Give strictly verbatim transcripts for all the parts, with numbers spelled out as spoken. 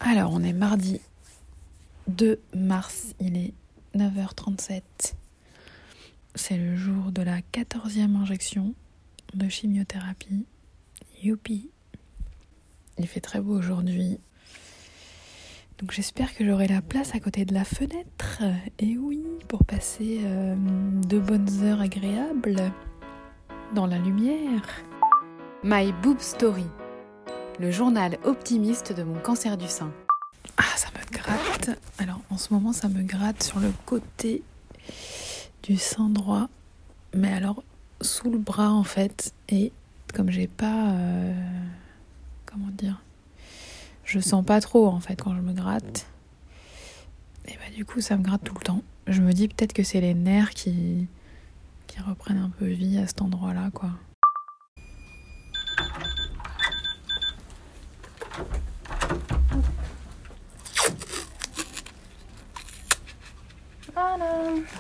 Alors, on est mardi deux mars, il est neuf heures trente-sept. C'est le jour de la quatorzième injection de chimiothérapie. Youpi! Il fait très beau aujourd'hui. Donc j'espère que j'aurai la place à côté de la fenêtre. Et oui, pour passer euh, de bonnes heures agréables dans la lumière. My Boob Story, le journal optimiste de mon cancer du sein. Ah, ça me gratte. Alors en ce moment, ça me gratte sur le côté du sein droit. Mais alors sous le bras en fait. Et comme j'ai pas... Euh, comment dire je sens pas trop en fait quand je me gratte. Et bah du coup ça me gratte tout le temps. Je me dis peut-être que c'est les nerfs qui, qui reprennent un peu vie à cet endroit-là quoi. Voilà.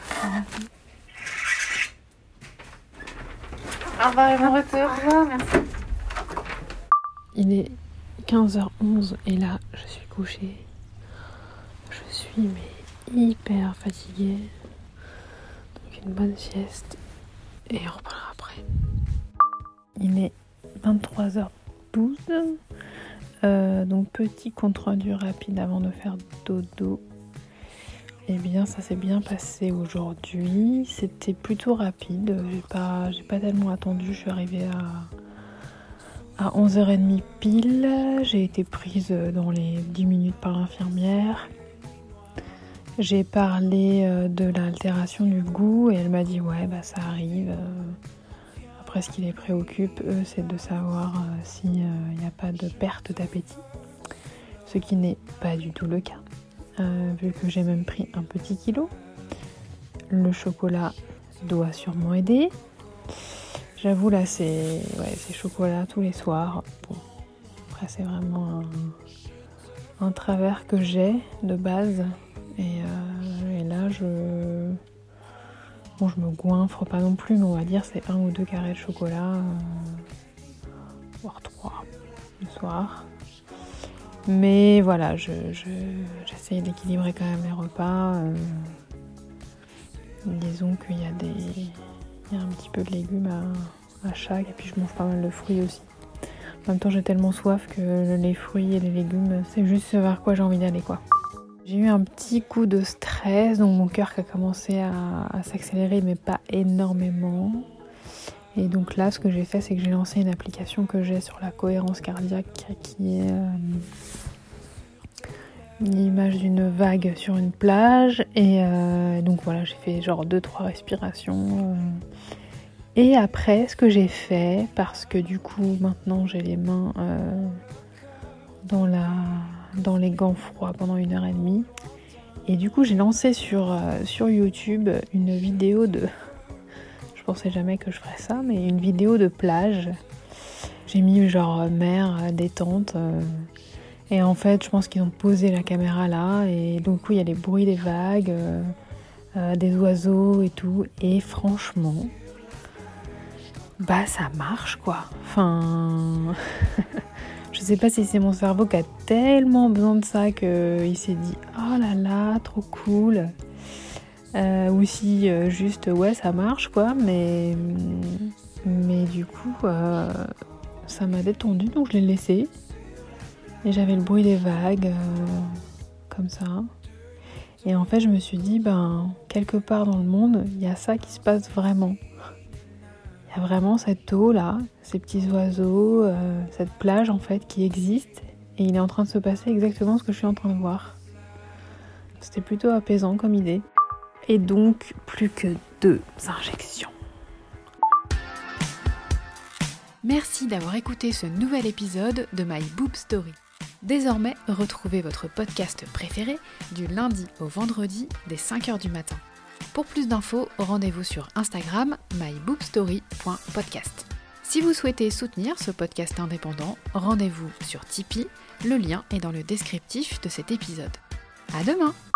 Au revoir et bon retour. Au revoir, merci. Il est quinze heures onze et là je suis couchée. Je suis mais hyper fatiguée. Donc une bonne sieste et on reparlera après. Il est vingt-trois heures douze. Euh, donc petit compte rendu rapide avant de faire dodo. Eh bien ça s'est bien passé aujourd'hui. C'était plutôt rapide. J'ai pas, j'ai pas tellement attendu. Je suis arrivée à À onze heures trente pile, j'ai été prise dans les dix minutes par l'infirmière. J'ai parlé de l'altération du goût et elle m'a dit ouais bah ça arrive. Après ce qui les préoccupe, eux, c'est de savoir s'il n'y a pas de perte d'appétit. Ce qui n'est pas du tout le cas, euh, vu que j'ai même pris un petit kilo. Le chocolat doit sûrement aider. J'avoue là c'est, ouais, c'est chocolat tous les soirs. Bon, après c'est vraiment un, un travers que j'ai de base. Et, euh, et là je, bon, je me goinfre pas non plus, mais on va dire c'est un ou deux carrés de chocolat, euh, voire trois le soir. Mais voilà, je, je, j'essaye d'équilibrer quand même les repas. Euh, disons qu'il y a des... Il y a un petit peu de légumes à, à chaque, et puis je mange pas mal de fruits aussi. En même temps, j'ai tellement soif que les fruits et les légumes, c'est juste ce vers quoi j'ai envie d'aller, quoi. J'ai eu un petit coup de stress, donc mon cœur qui a commencé à, à s'accélérer, mais pas énormément. Et donc là, ce que j'ai fait, c'est que j'ai lancé une application que j'ai sur la cohérence cardiaque, qui est euh, une image d'une vague sur une plage. Et euh, donc voilà, j'ai fait genre deux trois respirations. Euh, et après, ce que j'ai fait, parce que du coup, maintenant, j'ai les mains euh, dans, la, dans les gants froids pendant une heure et demie. Et du coup, j'ai lancé sur, euh, sur YouTube une vidéo de... Je pensais jamais que je ferais ça, mais une vidéo de plage. J'ai mis genre mer, détente... Euh, Et en fait, je pense qu'ils ont posé la caméra là, et donc oui, il y a les bruits des vagues, euh, euh, des oiseaux et tout. Et franchement, bah ça marche quoi. Enfin, je sais pas si c'est mon cerveau qui a tellement besoin de ça qu'il s'est dit oh là là, trop cool. Euh, ou si euh, juste ouais ça marche quoi, mais mais du coup euh, ça m'a détendu, donc je l'ai laissé. Et j'avais le bruit des vagues, euh, comme ça. Et en fait, je me suis dit, ben, quelque part dans le monde, il y a ça qui se passe vraiment. Il y a vraiment cette eau-là, ces petits oiseaux, euh, cette plage, en fait, qui existe. Et il est en train de se passer exactement ce que je suis en train de voir. C'était plutôt apaisant comme idée. Et donc, plus que deux injections. Merci d'avoir écouté ce nouvel épisode de My Boob Story. Désormais, retrouvez votre podcast préféré du lundi au vendredi dès cinq heures du matin. Pour plus d'infos, rendez-vous sur Instagram my boob story point podcast. Si vous souhaitez soutenir ce podcast indépendant, rendez-vous sur Tipeee, le lien est dans le descriptif de cet épisode. À demain!